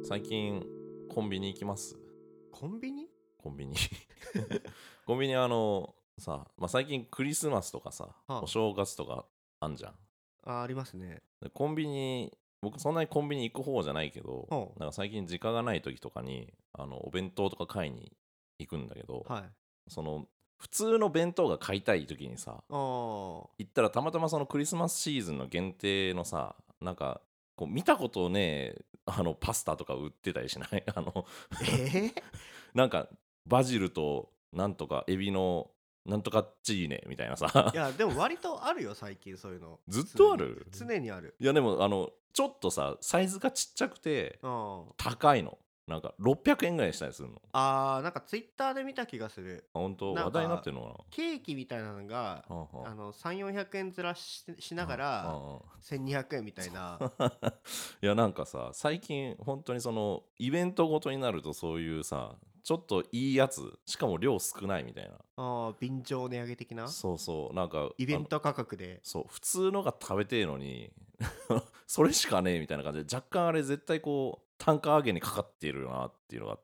最近コンビニ行きます？ コンビニ？ コンビニコンビニさ、最近クリスマスとかさ、おは正月とかあんじゃん。 ありますね。 でコンビニ、僕そんなにコンビニ行く方じゃないけど、 ほなんか最近時間がない時とかにお弁当とか買いに行くんだけど、 はい。 その普通の弁当が買いたい時にさ、 ああ。 行ったらたまたまそのクリスマスシーズンの限定のさ、なんかこう見たことねえパスタとか売ってたりしないえなんかバジルとなんとかエビのなんとかチーネみたいなさいや、でも割とあるよ、最近そういうの。 ずっとある。 常にある。 いやでもちょっとさサイズがちっちゃくてうん高いの、なんか600円ぐらいしたりするの。 なんかツイッターで見た気がする。 本当なん話題になっかてるのケーキみたいなのがかな。はあは 3、400円ずらしながあらは 1200円みたいな。 あはあいやなんかさ最近本当にそのイベントごとになるとそういうさちょっといいやつしかも量少ないみたいな。 便乗値上げ的なそうそうなんかイベント価格で。 そう普通のが食べてえのにそれしかねえみたいな感じで若干あれ絶対こう単価上げにかかっているよなっていうのがあって。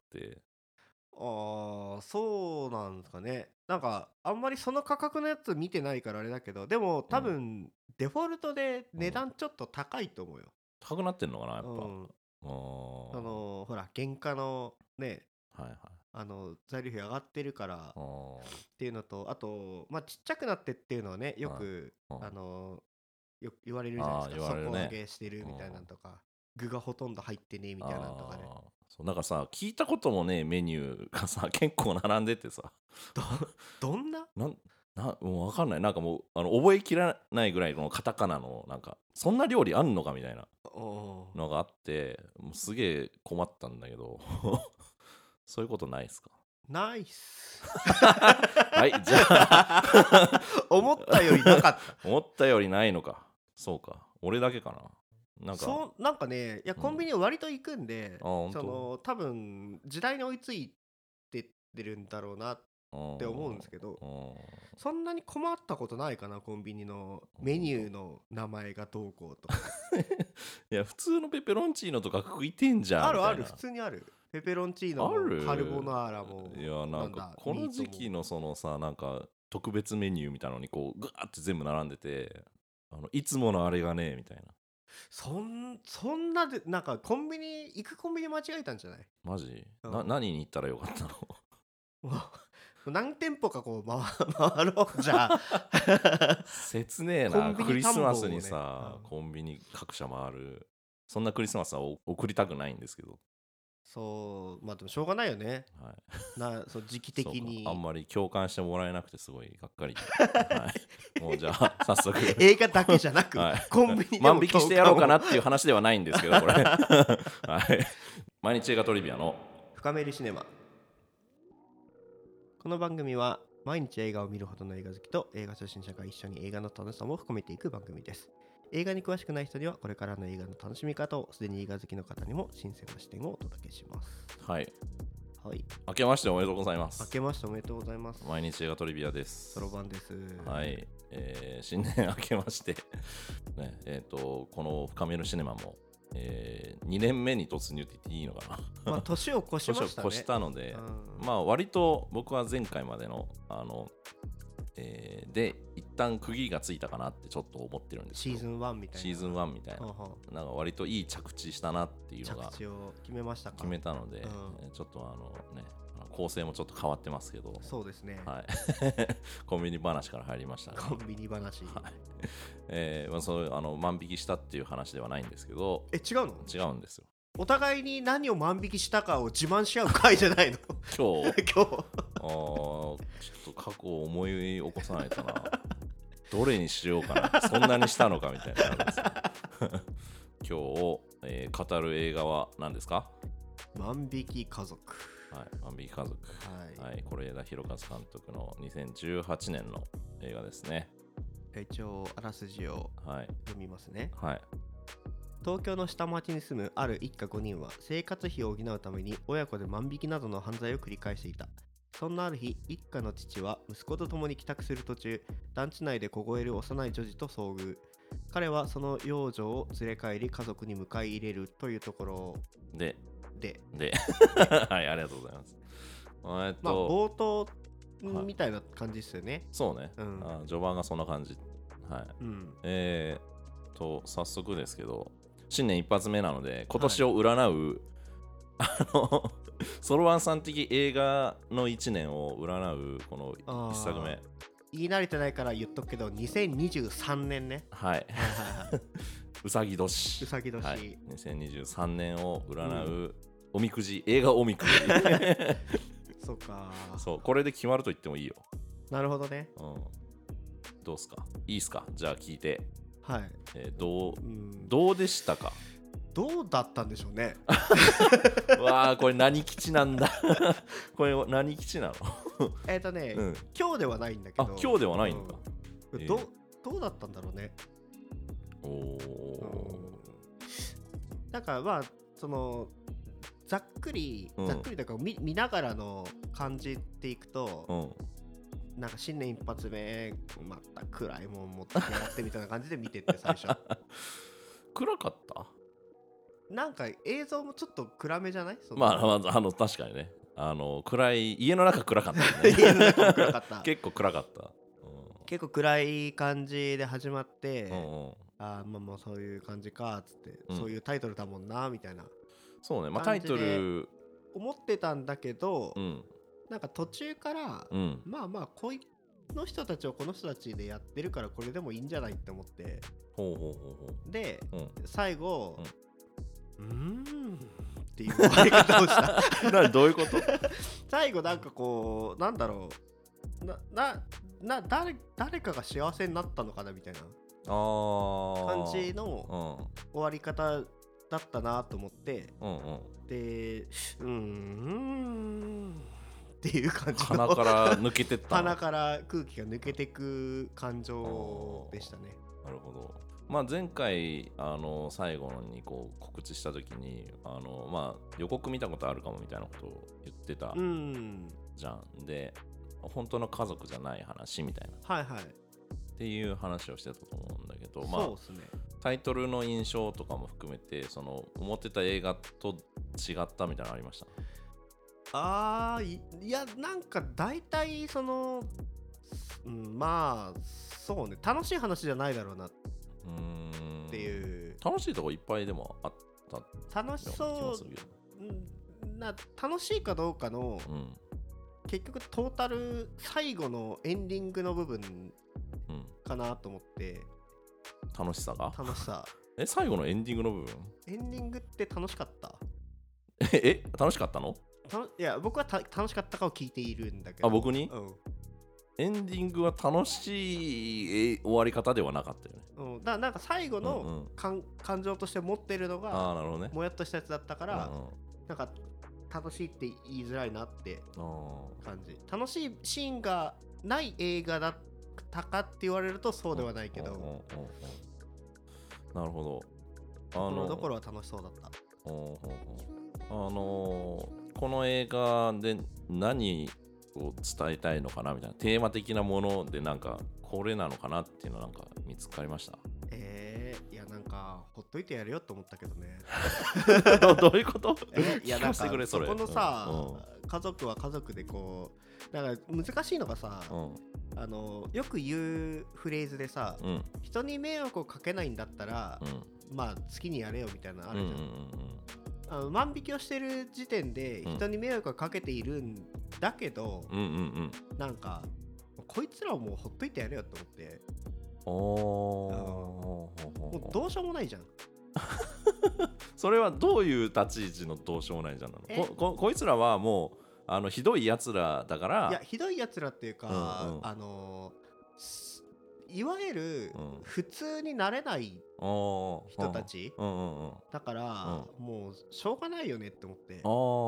そうなんですかね。なんかあんまりその価格のやつ見てないからあれだけど、でも多うん分デフォルトで値うん段ちょっと高いと思うよ。 高くなってんのかなやっぱ。 うんはほら原価のね、 いはい。 材料費上がってるからっあーていうのと、あとちっちゃくなってっていうのはね、よはいくうんよく言われるじゃないですか。 言われる底上ね。 げしてるみたいなうんんとか、具がほとんど入ってねえみたいなんとかね。 そうなんかさ聞いたこともねえメニューがさ結構並んでてさどどんななんもう分かんないなんかもう覚えきらないぐらいのカタカナのなんかそんな料理あんのかみたいなおのがあってもうすげえ困ったんだけどそういうことないですか？ ナイスはいじゃあ思ったよりなかった。 思ったよりないのか。そうか俺だけかな。なんかなんかね、いや、コンビニ割と行くんで、 本当多分時代に追いついてってるんだろうなって思うんですけど、そんなに困ったことないかな、コンビニのメニューの名前がどうこうとか。 いや普通のペペロンチーノとか食いてんじゃんみたいな。 あるある、普通にある。ペペロンチーノあもカルボる。 ナーラも、 いやなんかこの時期のそのさなんか特別メニューみたいなのにこうグワーって全部並んでていつものあれがねえみたいな。 そんなで、なんか行くコンビニ間違えたんじゃない？ マジ、 うん何に行ったらよかったの？ もう何店舗かこう回ろうじゃあ。 切ねえコな。 ンビニクリスマスに探訪をね、 さ、コンビニ各社回るそんなクリスマスは送りたくないんですけど。 そう、でもしょうがないよね。 はい、 そう時期そうか的に。 あんまり共感してもらえなくてすごいがっかり、はい、もうじゃあ早速映画だけじゃなく、 はい、 コンビニでも万引きしてやろうかな共っていう話ではないんですけどこれ、はい、毎日映画トリビアの感を深めるシネマ。この番組は毎日映画を見るほどの映画好きと映画初心者が一緒に映画の楽しさも深めていく番組です。映画に詳しくない人にはこれからの映画の楽しみ方を、すでに映画好きの方にも新鮮な視点をお届けします。 はい、 はい、 明けましておめでとうございま明す。 けましておめでとうございます。 毎日映画トリビアです。 そろばんです。 はい、新年明けましてね、この深めるシネマも、2年目に突入って言っていいのかな。 年を越しましたね。 年を越したので、 うん割と僕は前回までので一旦区切りがついたかなってちょっと思ってるんですよ。 シーズン1みたいな。 シーズン1みたいな、なんか割といい着地したなっていうのが着地を決めましたか？ 決めたので、ちょっと構成もちょっと変わってますけど、 そうですね。 はい、コンビニ話から入りましたが、 コンビニ話。 はいそういう万引きしたっていう話ではないんですけど、 違うの？ 違うんですよ。 お互いに何を万引きしたかを自慢し合う回じゃないの？ 今日今日ちょっと過去を思い起こさないとな。どれにしようかな、そんなにしたのかみたいなのがあるんですよ。今日、語る映画は何ですか？ 万引き家族。 はい、万引き家族。 はい。 はい、是枝裕和監督の2018年の映画ですね。 一応あらすじを読みますね。 はい。 東京の下町に住むある一家5人は生活費を補うために親子で万引きなどの犯罪を繰り返していた。そんなある日、一家の父は息子と共に帰宅する途中、団地内で凍える幼い女児と遭遇。彼はその幼女を連れ帰り家族に迎え入れるというところでではい、ありがとうございます。 冒頭みたいな感じですよね。 そうね、序盤がそんな感じ。はい。早速ですけど、新年一発目なので、今年を占う、ソロワンさん的映画の1年を占うこの1作目。 言い慣れてないから言っとくけど、2023年ね。 はい。うさぎ年。 うさぎ年。 はい、2023年を占う、おみくじ、映画おみくじ。 そうか。 そう、これで決まると言ってもいいよ。 なるほどね。 どうすか？いいっすか？じゃあ聞いて。 はい。 どうでしたか？ どうだったんでしょうね。 わあ、これ何吉なんだ。これ何吉なの？ 今日ではないんだけど。 今日ではないんだ。 どうだったんだろうね。なんかまあそのざっくりだから見ながらの感じっていくと、なんか新年一発目また暗いもん持ってやってみたいな感じで見てて最初。 暗かった？ なんか映像もちょっと暗めじゃない？ まあ確かにね、暗い、家の中暗かったね。 家の中も暗かった。 結構暗かった。 結構暗い感じで始まって、まあそういう感じかっつって、そういうタイトルだもんなみたいな。 そうね、まあタイトル思ってたんだけど、なんか途中から、まあこの人たちをこの人たちでやってるからこれでもいいんじゃないって思って、で、最後っていう終わり方をした。 どういうこと？ 最後なんかこうなんだろう、誰かが幸せになったのかなみたいな感じの終わり方だったなと思って、でっていう感じの鼻から抜けてった鼻から空気が抜けてく感情でしたね。 なるほど。まあ、前回最後にこう告知した時にまあ、予告見たことあるかもみたいなことを言ってたじゃん。で本当の家族じゃない話みたいな、っていう話をしてたと思うんだけど、まあ、タイトルの印象とかも含めてその思ってた映画と違ったみたいなのありました？ いやなんか大体その、まあそうね、楽しい話じゃないだろうなっていう。 楽しいとこいっぱいでもあった楽しそう楽しいかどうかの、結局トータル最後のエンディングの部分かなと思って。 楽しさ最後のエンディングの部分、 エンディングって楽しかった？ 楽しかったの？ いや僕は楽しかったかを聞いているんだけど。 僕に？エンディングは楽しい終わり方ではなかったよね。 だからなんか最後の感情として持ってるのがもやっとしたやつだったから、なんか楽しいって言いづらいなって感じ。楽しいシーンがない映画だったかって言われるとそうではないけど、 なるほど。 ところどころは楽しそうだった。 この映画で何を伝えたいのかなみたいなテーマ的なものでなんかこれなのかなっていうのなんか見つかりました？ いやなんかほっといてやるよと思ったけどね。 どういうこと？ いやなんかそこのさ、家族は家族でこうなんか難しいのがさ、よく言うフレーズでさ、人に迷惑をかけないんだったら、まあ好きにやれよみたいなのあるじゃん。万引きをしてる時点で人に迷惑をかけているんだけど、なんかこいつらをもうほっといてやれよと思って、もうどうしようもないじゃん。 それはどういう立ち位置のどうしようもないじゃんなの？こいつらはもうひどいやつらだから。 いやひどいやつらっていうか、いわゆる普通になれない人たちだから、もうしょうがないよねって思って。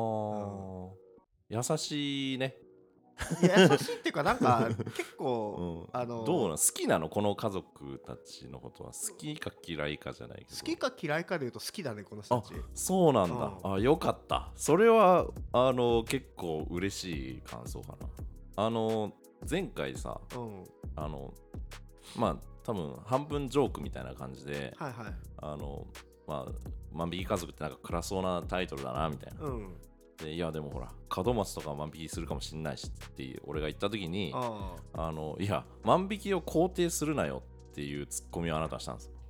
優しいね。 優しいっていうかなんか結構、 どうなの？好きなの？この家族たちのことは好きか嫌いかじゃないけど。 好きか嫌いかでいうと好きだねこの人たち。 そうなんだ。よかった。それは結構嬉しい感想かな。前回さ、まあ多分半分ジョークみたいな感じで、 まあ万引き家族ってなんか暗そうなタイトルだなみたいな、でいやでもほら門松とか万引きするかもしんないしって俺が言った時にいや万引きを肯定するなよっていうツッコミをあなたはしたんですよ。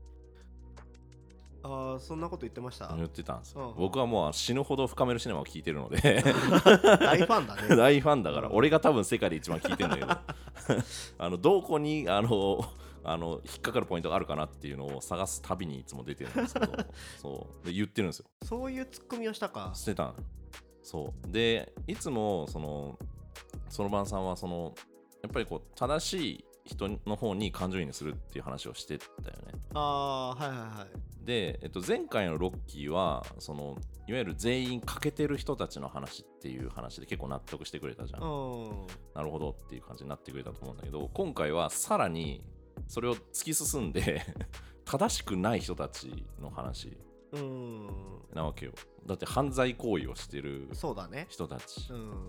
そんなこと言ってました？ 言ってたんですよ。僕はもう死ぬほど深めるシネマを聞いてるので大ファンだね。 大ファンだから、俺が多分世界で一番聞いてるんだけどどこに引っかかるポイントがあるかなっていうのを探すたびにいつも出てるんですけどそうで言ってるんですよ。 そういうツッコミをしたか。 してた。そうでいつもその晩さんはやっぱりこう正しい人の方に感情移入するっていう話をしてたよね。 はいはいはい。 で、前回のロッキーはいわゆる全員欠けてる人たちの話っていう話で結構納得してくれたじゃん。なるほどっていう感じになってくれたと思うんだけど、今回はさらにそれを突き進んで正しくない人たちの話なわけよ。だって犯罪行為をしてる人たち、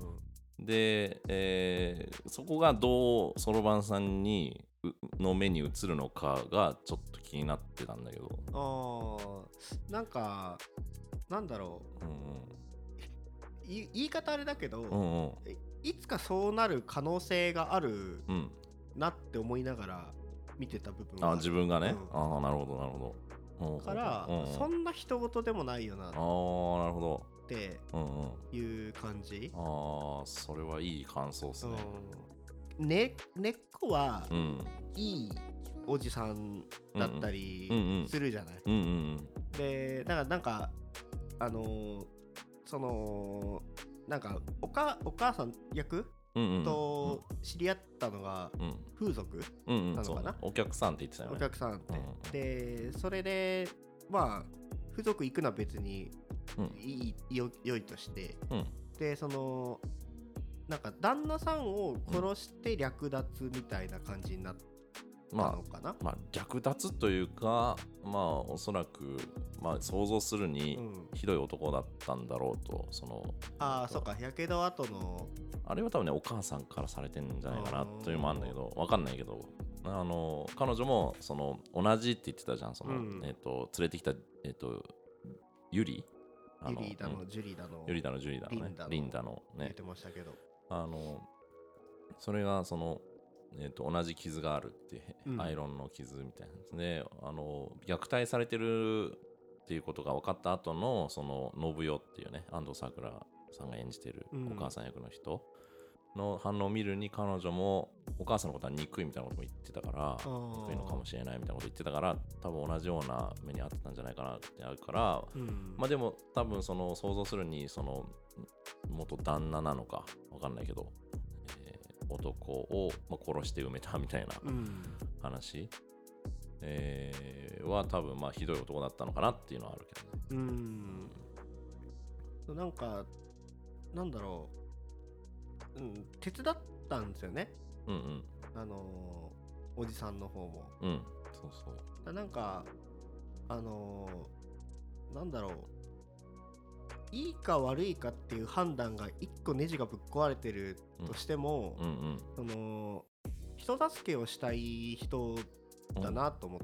で、そこがどうそろばんさんの目に映るのかがちょっと気になってたんだけど、 なんかなんだろう、言い方あれだけど、いつかそうなる可能性があるなって思いながら見てた部分は自分がね、なるほどなるほど。 だから、そんな人事でもないよななるほどっていう感じ。 それはいい感想ですね。 根っこはいいおじさんだったりするじゃない。でだからなんかなんかお母さん役と知り合ったのが風俗なのかな。 お客さんって言ってたよね。 お客さんって、でそれでまあ風俗行くのは別に良いとして、でなんか旦那さんを殺して略奪みたいな感じになったのかな。 略奪というか、おそらく、想像するにひどい男だったんだろうと。 そうか、やけど後のあれは多分ね、お母さんからされてんじゃないかなというのもあるんだけど、分かんないけど、彼女も同じって言ってたじゃん。連れてきたユリだのジュリだのリンダのね言ってましたけど、 それが同じ傷があるってアイロンの傷みたいなやつで、虐待されてるっていうことが分かった後の信代っていうね、安藤サクラさんが演じてるお母さん役の人の反応を見るに、彼女もお母さんのことは憎いみたいなことも言ってたから、憎いのかもしれないみたいなこと言ってたから、多分同じような目に遭ってたんじゃないかなってあるから、でも多分想像するに元旦那なのか分かんないけど、男を殺して埋めたみたいな話、は多分ひどい男だったのかなっていうのはあるけどね。 なんかなんだろう、手伝ったんですよね。おじさんの方も。 そうそう。 なんかなんだろう、いいか悪いかっていう判断が一個ネジがぶっ壊れてるとしても、人助けをしたい人だなと思って、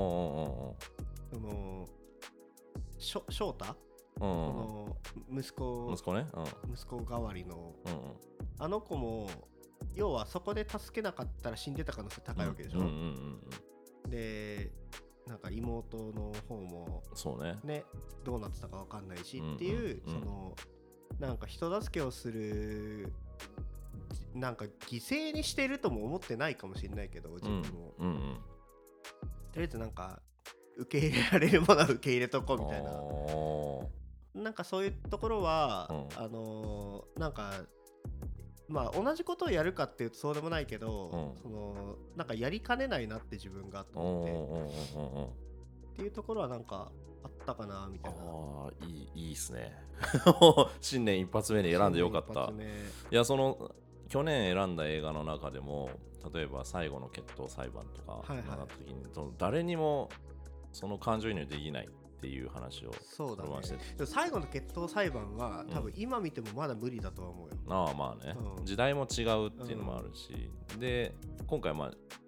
翔太、息子ね、息子代わりの、あの子も要はそこで助けなかったら死んでた可能性高いわけでしょ。でなんか妹の方もね、どうなってたか分かんないしっていう、なんか人助けをする、なんか犠牲にしてるとも思ってないかもしれないけど、自分も、とりあえずなんか受け入れられるものは受け入れとこうみたいな、なんかそういうところは、なんか同じことをやるかっていうとそうでもないけど、なんかやりかねないなって自分がと思ってっていうところはなんかあったかなみたいな。 いいっすね新年一発目に選んでよかった。いや去年選んだ映画の中でも、例えば最後の決闘裁判とかなった時に、誰にもその感情移入できないっていう話をそうだね。最後の決闘裁判は多分今見てもまだ無理だとは思うよ。 時代も違うっていうのもあるし、で今回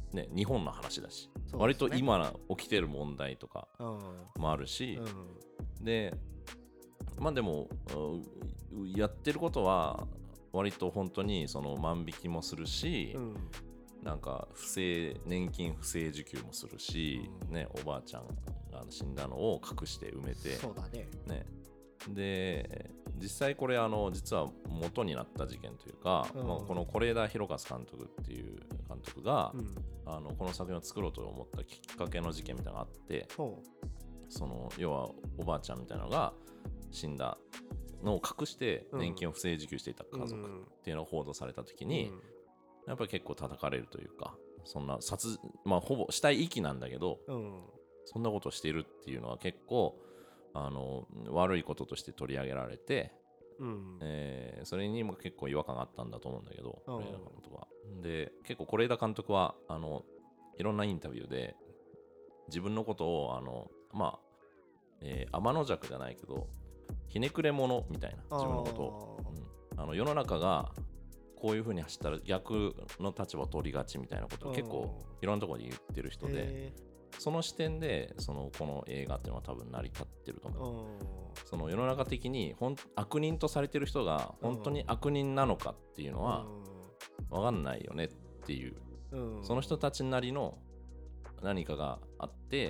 ね、日本の話だし、 そうですね、 割と今起きてる問題とかもあるし、でまあでもやってることは割と本当にその万引きもするし、なんか年金不正受給もするし、ね、おばあちゃんが死んだのを隠して埋めて、 そうだね。 で実際これ実は元になった事件というか、まあ、この是枝裕和監督っていう監督が、この作品を作ろうと思ったきっかけの事件みたいなのがあって、その要はおばあちゃんみたいなのが死んだのを隠して年金を不正受給していた家族っていうのを報道された時に、やっぱり結構叩かれるというか、そんなまあほぼ死体遺棄なんだけど、そんなことをしているっていうのは結構悪いこととして取り上げられて、それにも結構違和感があったんだと思うんだけど、是枝監督は。で結構是枝監督はいろんなインタビューで自分のことをまあ、天の弱じゃないけどひねくれ者みたいな自分のことを、世の中がこういう風に走ったら逆の立場を取りがちみたいなことを結構いろんなところで言ってる人で、その視点でこの映画っていうのは多分成り立ってると思う。その世の中的に悪人とされてる人が本当に悪人なのかっていうのは分かんないよねっていう、その人たちなりの何かがあって、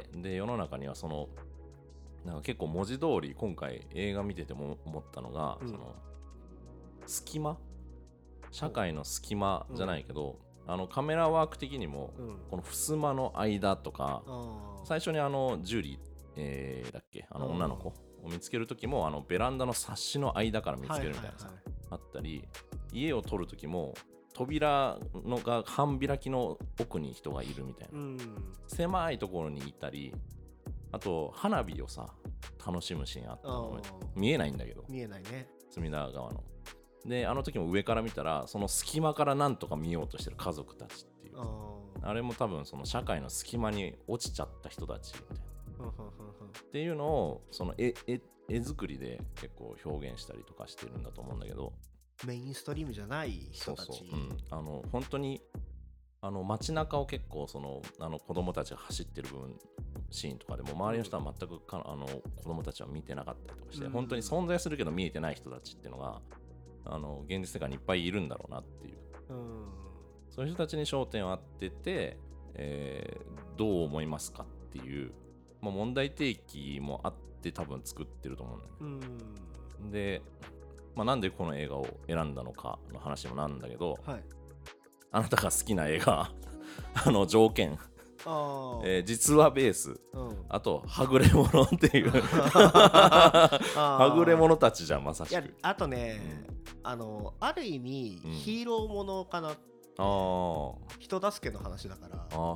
で世の中にはなんか結構文字通り今回映画見てても思ったのが、その隙間、社会の隙間じゃないけど、カメラワーク的にも、この襖の間とか、最初にジュリー、だっけ、女の子を見つけるときもベランダのサッシの間から見つけるみたいなさ、あったり、家を撮るときも扉が半開きの奥に人がいるみたいな、狭いところにいたり、あと花火をさ楽しむシーンあったの見えないんだけど、 見えないね、 隅田川の。で時も上から見たらその隙間からなんとか見ようとしてる家族たちっていう、あれも多分その社会の隙間に落ちちゃった人たちみたいなっていうのをその絵作りで結構表現したりとかしてるんだと思うんだけど、 メインストリームじゃない人たち、 本当に街中を結構子供たちが走ってる部分シーンとかでも周りの人は全く子供たちは見てなかったりとかして、本当に存在するけど見えてない人たちっていうのが現実世界にいっぱいいるんだろうなっていう、そういう人たちに焦点を当てて、どう思いますかっていう、問題提起もあって多分作ってると思うんだよね。で、なんでこの映画を選んだのかの話もなんだけど、あなたが好きな映画条件実話ベース、あとはぐれ者っていうはぐれ者たちじゃん、まさしく。いや、 あとね、ある意味、ヒーローものかな、人助けの話だから。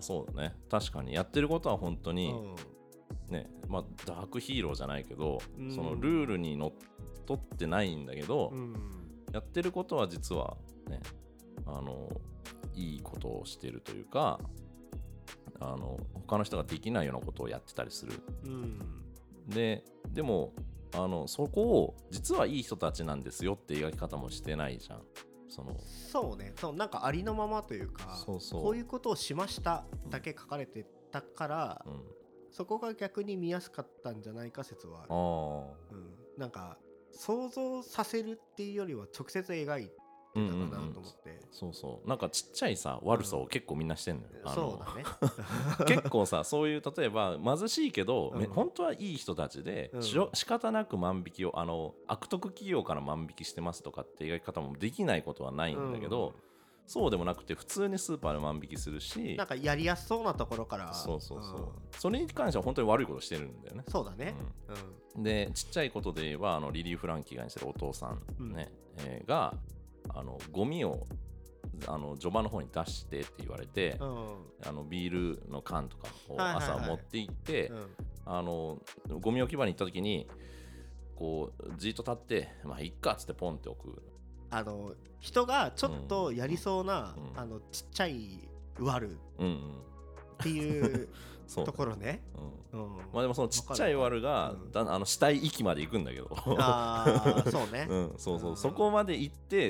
そうだね、確かにやってることは本当に、ね、ダークヒーローじゃないけど、そのルールにのっとってないんだけど、やってることは実はね、いいことをしてるというか、他の人ができないようなことをやってたりする、でもそこを実はいい人たちなんですよって描き方もしてないじゃん。 そうね、なんかありのままというか、こういうことをしましただけ書かれてたから、そこが逆に見やすかったんじゃないか説はある。なんか想像させるっていうよりは直接描いてたかなと思って、 なんかちっちゃいさ悪さを結構みんなしてんのよ、 そうだね結構さ、そういう例えば貧しいけど、本当はいい人たちで、仕方なく万引きを悪徳企業から万引きしてますとかって描き方もできないことはないんだけど、そうでもなくて普通にスーパーで万引きするし、 なんかやりやすそうなところから、 それに関しては本当に悪いことしてるんだよね。 そうだね、 でちっちゃいことで言えばリリー・フランキーが演じてるお父さん、ねがゴミを序盤の方に出してって言われて、ビールの缶とかを朝持って行って、ゴミ置き場に行った時にこうじっと立っていっかっつってポンって置く。 人がちょっとやりそうな、ちっちゃい悪っていうところね。 でもそのちっちゃい悪が死体遺棄まで行くんだけど、 そうね、 そこまで行って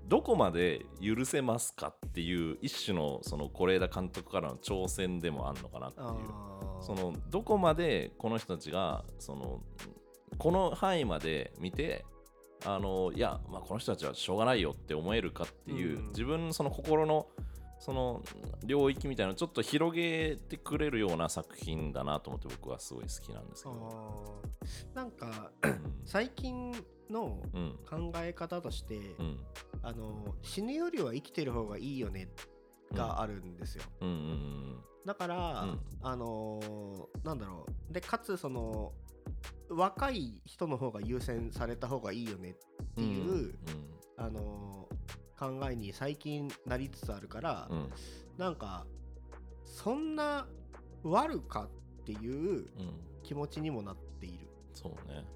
どこまで許せますかっていう一種のその是枝監督からの挑戦でもあるのかなっていう、そのどこまでこの人たちがそのこの範囲まで見ていや、まあ、この人たちはしょうがないよって思えるかっていう、自分のその心のその領域みたいなのをちょっと広げてくれるような作品だなと思って僕はすごい好きなんですけど、 なんか最近の考え方として、死ぬよりは生きてる方がいいよねがあるんですよ、だから、なんだろうでかつその若い人の方が優先された方がいいよねっていう、考えに最近なりつつあるから、なんかそんな悪かっていう気持ちにもなっている、 そうね、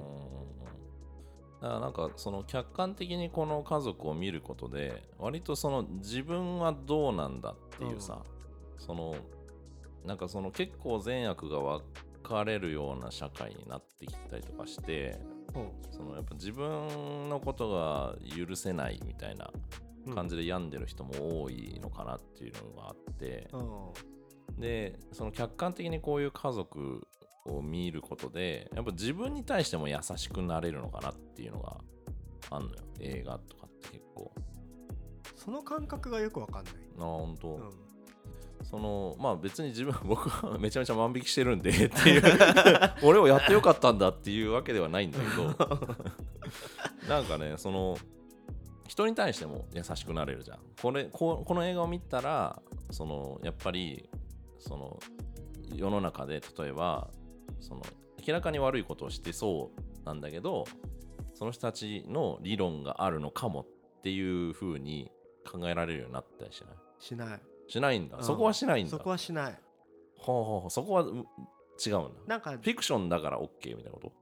だからなんかその客観的にこの家族を見ることで割とその自分はどうなんだっていうさ、そのなんかその結構善悪が分かれるような社会になってきたりとかして、そのやっぱ自分のことが許せないみたいな感じで病んでる人も多いのかなっていうのがあって、でその客観的にこういう家族を見ることでやっぱ自分に対しても優しくなれるのかなっていうのがあんのよ、映画とかって結構その感覚がよくわかんない。 本当、そのまあ別に僕はめちゃめちゃ万引きしてるんでっていう俺をやってよかったんだっていうわけではないんだけどなんかねその人に対しても優しくなれるじゃん。この映画を見たらそのやっぱりその世の中で例えばその明らかに悪いことをしてそうなんだけどその人たちの理論があるのかもっていう風に考えられるようになったりしない？しないんだ、そこはしないんだ。 そこはしない。 そこは違うんだ。 なんかフィクションだから OK みたいなこと？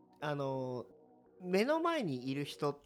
目の前にいる人って、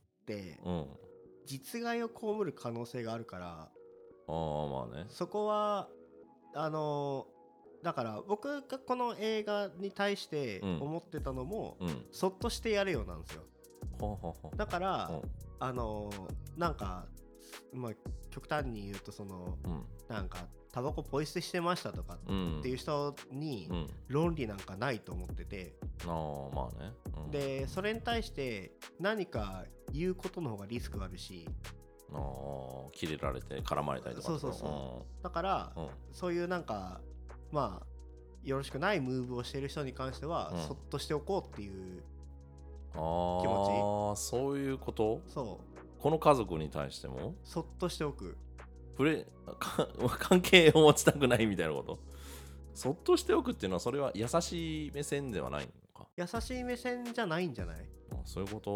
実害を被る可能性があるから、 まあね、 そこはだから僕がこの映画に対して思ってたのも、そっとしてやれよなんですよ。だから、なんか、まあ、極端に言うとその、なんかタバコポイ捨てしてましたとかっていう人に論理なんかないと思ってて、 まあね、 でそれに対して何か言うことの方がリスクあるし、 キレられて絡まれたりとか、 だから、そういうなんかまあよろしくないムーブをしてる人に関しては、そっとしておこうっていう気持ち。 そういうこと？ そう。 この家族に対してもそっとしておく。 関係を持ちたくないみたいなこと？そっとしておくっていうのはそれは優しい目線ではないのか？ 優しい目線じゃないんじゃない？ そういうこと？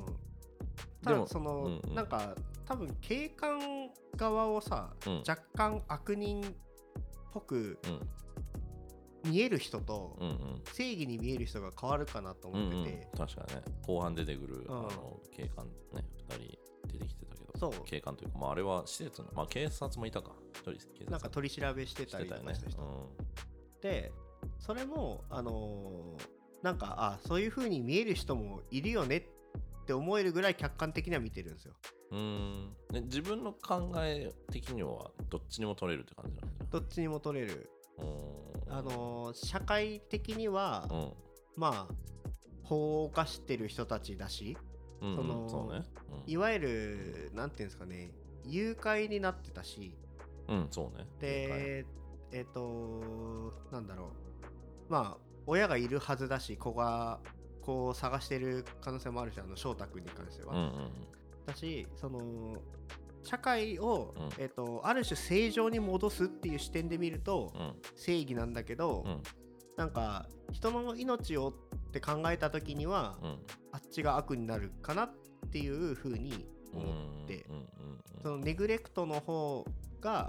ただその、なんか多分警官側をさ、若干悪人っぽく見える人と、正義に見える人が変わるかなと思ってて、 確かにね、後半出てくる、警官ね2人出てきてたけど、 そう警官というか、まあ、あれは施設の、まあ、警察もいたか、 なんか取り調べしてたりとかした人、でそれもなんかそういう風に見える人もいるよねって思えるぐらい客観的には見てるんですよ。 自分の考え的にはどっちにも取れるって感じなんだ。 どっちにも取れる。社会的には、まあ法を犯してる人たちだし、 そうね、 いわゆるなんていうんですかね、誘拐になってたし、 そうね。 でなんだろう、まあ親がいるはずだし、子がこう探してる可能性もあるし、翔太君に関しては、だし、その社会を、ある種正常に戻すっていう視点で見ると、正義なんだけど、なんか人の命をって考えた時には、あっちが悪になるかなっていう風に思って、そのネグレクトの方が、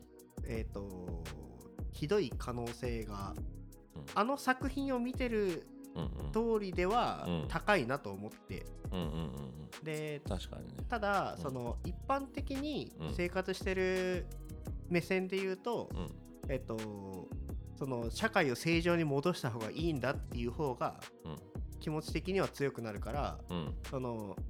ひどい可能性が、あの作品を見てる通りでは高いなと思って、で確かにね。 ただその一般的に生活してる目線で言うと、その社会を正常に戻した方がいいんだっていう方が気持ち的には強くなるから、その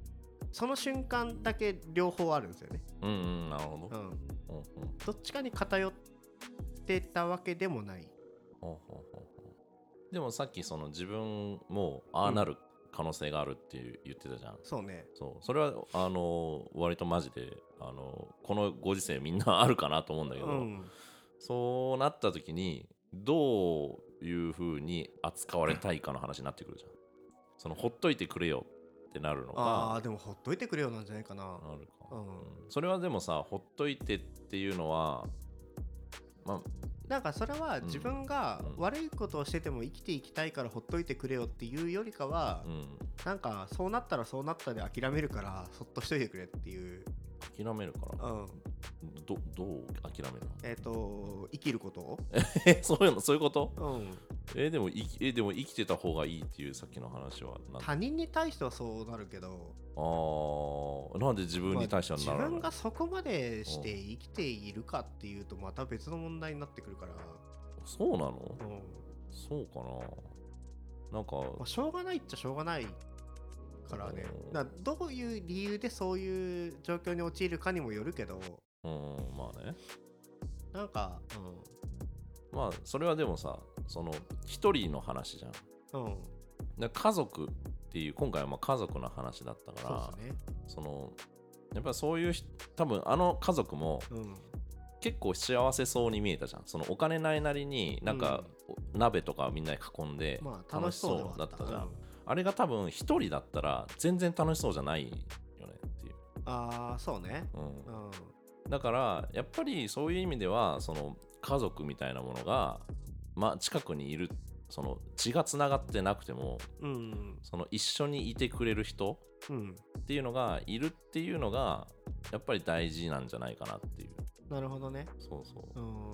その瞬間だけ両方あるんですよね。 うんうんなるほど、 うん、 うんうん、 どっちかに偏ってたわけでもない。 ほうほうほうほう。でもさっきその自分もああなる可能性があるって言ってたじゃん。 そうね。 そうそれは割とマジでこのご時世みんなあるかなと思うんだけど、そうなった時にどういう風に扱われたいかの話になってくるじゃん。そのほっといてくれよってなるのか。 でもほっといてくれよなんじゃないかな。 なるか、それはでもさ、ほっといてっていうのはまあなんかそれは自分が悪いことをしてても生きていきたいからほっといてくれよっていうよりかは、なんかそうなったらそうなったで諦めるからそっとしといてくれっていう。 諦めるから、どう諦めるの？生きることをそういうこと、でも生きてた方がいいっていうさっきの話は他人に対してはそうなるけど、 なんで自分に対してはならない、 自分がそこまでして生きているかっていうとまた別の問題になってくるから。 そうなの、そうかな。なんか、 しょうがないっちゃしょうがないからね。どういう理由でそういう状況に陥るかにもよるけど、 まあね、 なんか、 まあそれはでもさ、その一人の話じゃん。で家族っていう今回はまあ家族の話だったから、そのやっぱりそういう多分家族も、結構幸せそうに見えたじゃん。そのお金ないなりになんか、鍋とかみんなで囲んで楽しそうだったじゃん。あれが多分一人だったら全然楽しそうじゃないよねっていう。 そうね。 だからやっぱりそういう意味ではその家族みたいなものが、近くにいる、その血がつながってなくても、その一緒にいてくれる人っていうのがいるっていうのがやっぱり大事なんじゃないかなっていう。 なるほどね。 そうそう。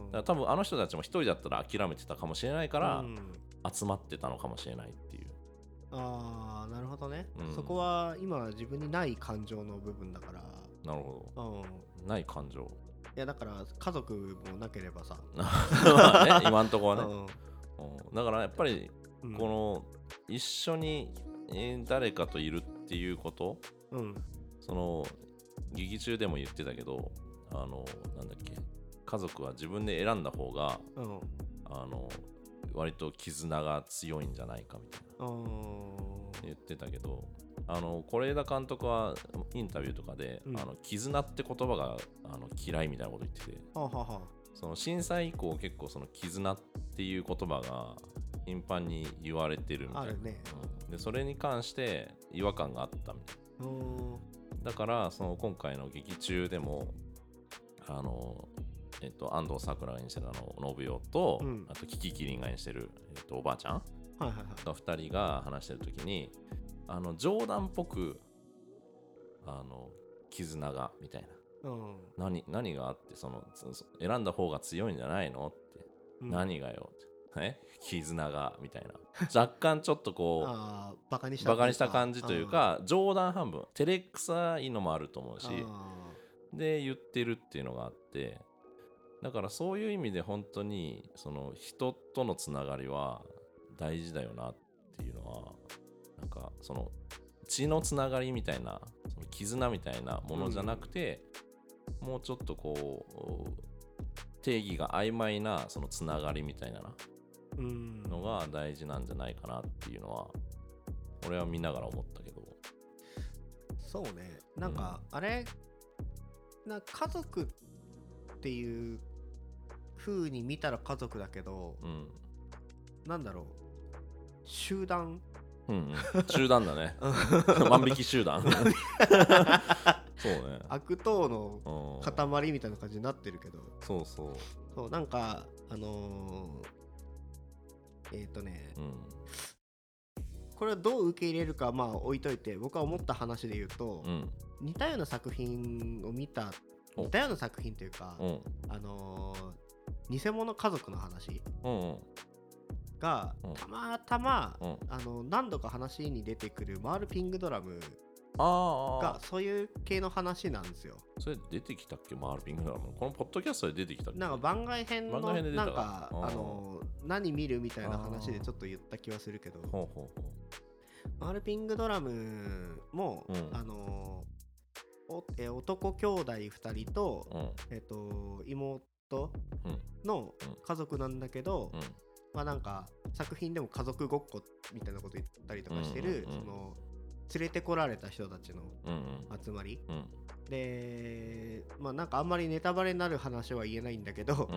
だから多分あの人たちも一人だったら諦めてたかもしれないから、集まってたのかもしれないっていう。 なるほどね。そこは今自分にない感情の部分だから。 なるほど。ない感情。 いやだから家族もなければさ。 まあね、今んとこはね。だからやっぱりこの一緒に誰かといるっていうこと、その劇中でも言ってたけど、なんだっけ、家族は自分で選んだ方が、割と絆が強いんじゃないかみたいな言ってたけど、是枝監督はインタビューとかで、絆って言葉が嫌いみたいなこと言ってて、その震災以降結構その絆っていう言葉が頻繁に言われてるみたいな、でそれに関して違和感があったみたいな。だからその今回の劇中でも安藤サクラが演じてる信代と、あとキキキリンが演じてる、おばあちゃんが2人が話してる時に冗談っぽく絆がみたいな、何があってその選んだ方が強いんじゃないのって、何がよって絆がみたいな、若干ちょっとこうバカにした感じというか、冗談半分照れくさいのもあると思うしで言ってるっていうのがあって、だからそういう意味で本当にその人とのつながりは大事だよなっていうのは、なんかその血のつながりみたいな、その絆みたいなものじゃなくて、もうちょっとこう定義が曖昧なそのつながりみたいなのが大事なんじゃないかなっていうのは俺は見ながら思ったけど。 そうね、なんか、あれ家族っていう風に見たら家族だけど、なんだろう、集団、 集団だね万引き集団そうね、 悪党の塊みたいな感じになってるけど、そうなんかこれをどう受け入れるか置いといて、僕は思った話で言うと、似たような作品を見た、似たような作品というか、偽物家族の話がたまたま何度か話に出てくるマールピングドラムがそういう系の話なんですよ。 それ出てきたっけ、マールピングドラム。このポッドキャストで出てきたっけ。 なんか番外編のなんか何見るみたいな話でちょっと言った気はするけど、マールピングドラムも、 うん男兄弟2人と、妹の家族なんだけど、まあなんか作品でも家族ごっこみたいなこと言ったりとかしてる、その連れてこられた人たちの集まり、でまあなんかあんまりネタバレになる話は言えないんだけど、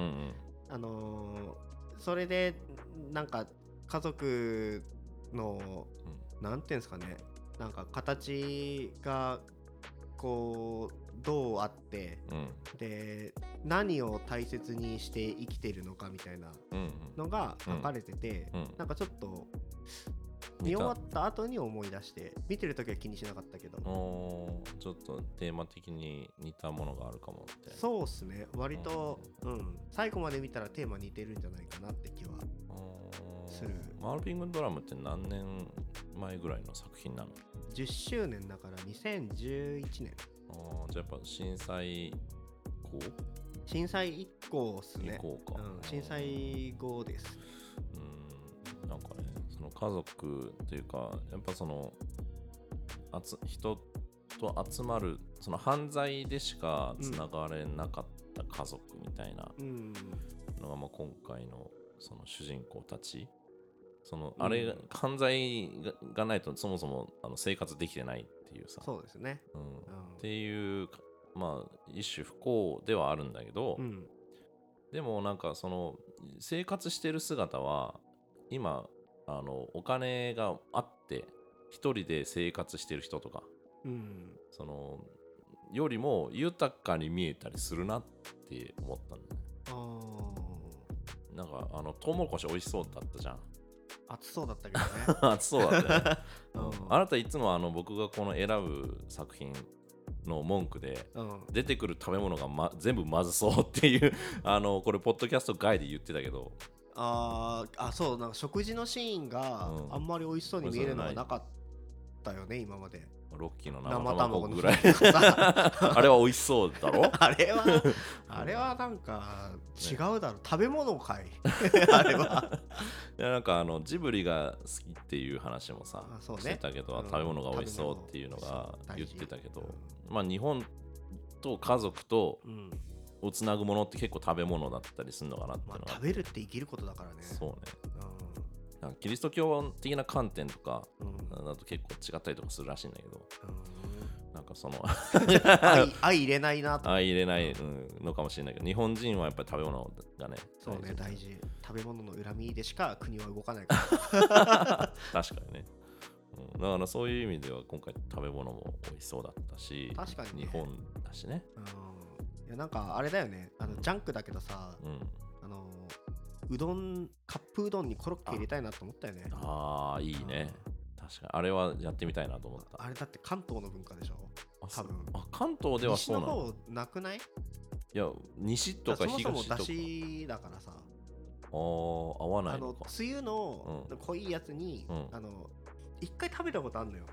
それでなんか家族の、なんていうんですかね、なんか形がこうどうあって、で何を大切にして生きてるのかみたいなのが書かれてて、なんかちょっと見終わった後に思い出して、見てる時は気にしなかったけど、 ちょっとテーマ的に似たものがあるかもって。 そうっすね、割と、最後まで見たらテーマ似てるんじゃないかなって気はする。 マルビングドラムって何年前ぐらいの作品なの ？10周年だから2011年。 じゃあやっぱ震災後？ 震災以降っすね。 以降か。 震災後です。 なんかね、その家族というか、やっぱその人と集まる、その犯罪でしかつながれなかった家族みたいなのが、まあ今回のその主人公たち、そのあれ、犯罪がないとそもそも生活できてないっていうさ。 そうですね。 っていうまあ一種不幸ではあるんだけど、でもなんかその生活してる姿は今お金があって一人で生活してる人とか、そのよりも豊かに見えたりするなって思ったんだね。なんかトウモロコシ美味しそうだったじゃん。 熱そうだったけどね。 熱そうだったね。あなたいつも僕がこの選ぶ作品の文句で、出てくる食べ物が、全部まずそうっていうこれポッドキャスト外で言ってたけど、 そう、なんか食事のシーンがあんまり美味しそうに見えるのがなかったよね、今まで。 ロッキーの生卵ぐらいあれは美味しそうだろあれはなんか違うだろ、食べ物かいあれはいやなんかジブリが好きっていう話もさ、してたけど、食べ物が美味しそうっていうのが言ってたけど、まあ日本と家族とをつなぐものって結構食べ物だったりするのかなっていうのは、 食べるって生きることだからね。 そうね。キリスト教的な観点とかだと結構違ったりとかするらしいんだけど、なんかその相入れないなと。 相入れないのかもしれないけど、日本人はやっぱり食べ物がね、 そうね、大事。食べ物の恨みでしか国は動かないから確かにね。だからそういう意味では今回食べ物も美味しそうだったし、 確かに、 日本だしね。 いやなんかあれだよね、ジャンクだけどさ、うどん、カップうどんにコロッケ入れたいなと思ったよね。 いいね。確かにあれはやってみたいなと思った。 あれだって関東の文化でしょ、多分。 関東ではそうなの？ 西の方なくない？ いや、西とか東とか。 そもそもだしだからさ。 合わないのか。 つゆの濃いやつに、一回食べたことあるのよ。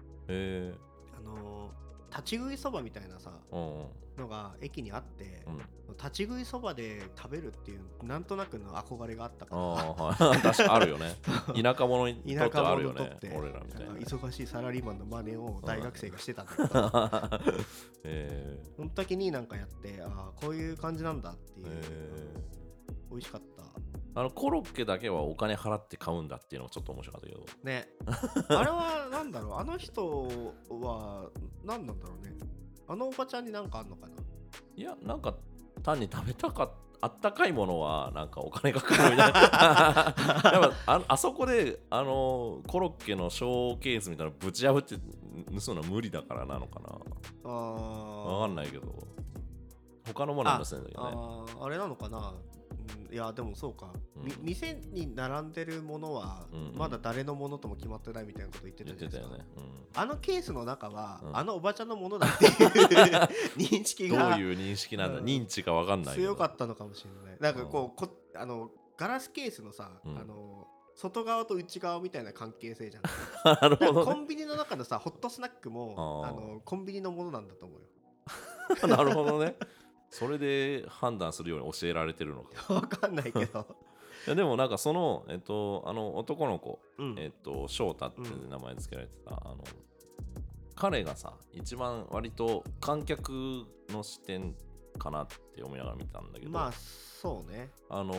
立ち食いそばみたいなさ、のが駅にあって、立ち食いそばで食べるっていうなんとなくの憧れがあったから確かあるよね。田舎者にとってあるよね。俺らみたいな忙しいサラリーマンの真似を大学生がしてたんだけど、その時になんかやって、こういう感じなんだっていう、美味しかった。 コロッケだけはお金払って買うんだっていうのがちょっと面白かったけどね。あれはなんだろう、あの人は何なんだろうね。あのおばちゃんになんかあんのかな。 いや、なんか単に食べたかあったかいものはなんかお金かかるみたいなやっぱあそこでコロッケのショーケースみたいなのぶち破って盗むのは無理だからなのかな。わかんないけど他のものも盗んだけどね。 あれなのかな。いやでもそうか、店に並んでるものはまだ誰のものとも決まってないみたいなこと言ってたじゃないですか。あのケースの中は、あのおばちゃんのものだっていう認識がどういう認識なんだ、認知か分かんないけど強かったのかもしれない。なんかこうガラスケースのさ、外側と内側みたいな関係性じゃん。なるほど、ね、コンビニの中のさホットスナックもコンビニのものなんだと思うよなるほどね。それで判断するように教えられてるのか分かんないけどいやでもなんかその男の子、翔太って名前付けられてた、 彼がさ一番割と観客の視点かなって思いながら見たんだけど、 まあそうね、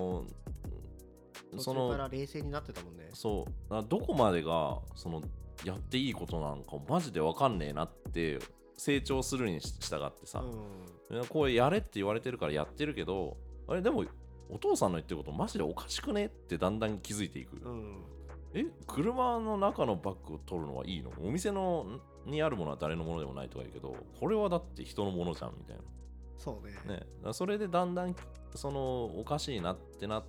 途中から冷静になってたもんね。 そうどこまでがそのやっていいことなのかマジで分かんねえなって成長するに従ってさ、こうやれって言われてるからやってるけど、あれでもお父さんの言ってることマジでおかしくねってだんだん気づいていく、車の中のバッグを取るのはいいの？お店のにあるものは誰のものでもないとか言うけど、これはだって人のものじゃんみたいな。 そうね。 だからそれでだんだんそのおかしいなってなって、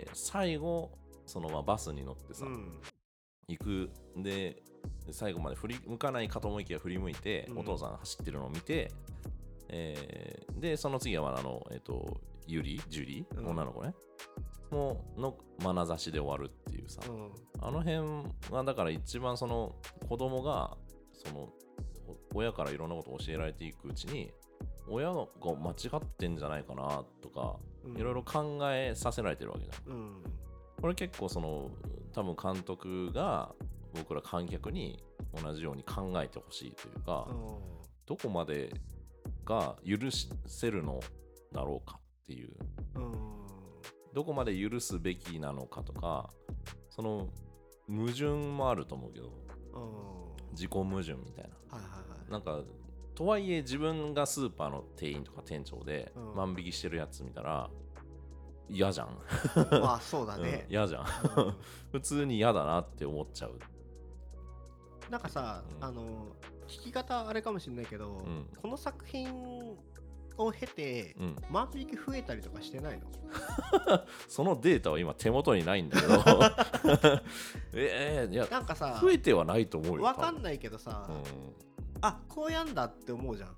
最後そのまあバスに乗ってさ、行くで最後まで振り向かないかと思いきや振り向いて、お父さん走ってるのを見て、でその次はジュリー、女の子ねもうの眼差しで終わるっていうさ、あの辺はだから一番その子供がその親からいろんなことを教えられていくうちに、親が間違ってんじゃないかなとか、いろいろ考えさせられてるわけじゃん、これ結構その多分監督が僕ら観客に同じように考えてほしいというか、どこまでが許せるのだろうかっていう、どこまで許すべきなのかとか、その矛盾もあると思うけど、自己矛盾みたいな、なんかとはいえ自分がスーパーの店員とか店長で万引きしてるやつ見たら嫌じゃんまあそうだね、 嫌じゃん普通に嫌だなって思っちゃう。 なんかさ、弾き方あれかもしれないけど、この作品を経て、万引き増えたりとかしてないの？ そのデータは今手元にないんだけどいやなんかさ増えてはないと思うよ。 わかんないけどさ、こうやんだって思うじゃん。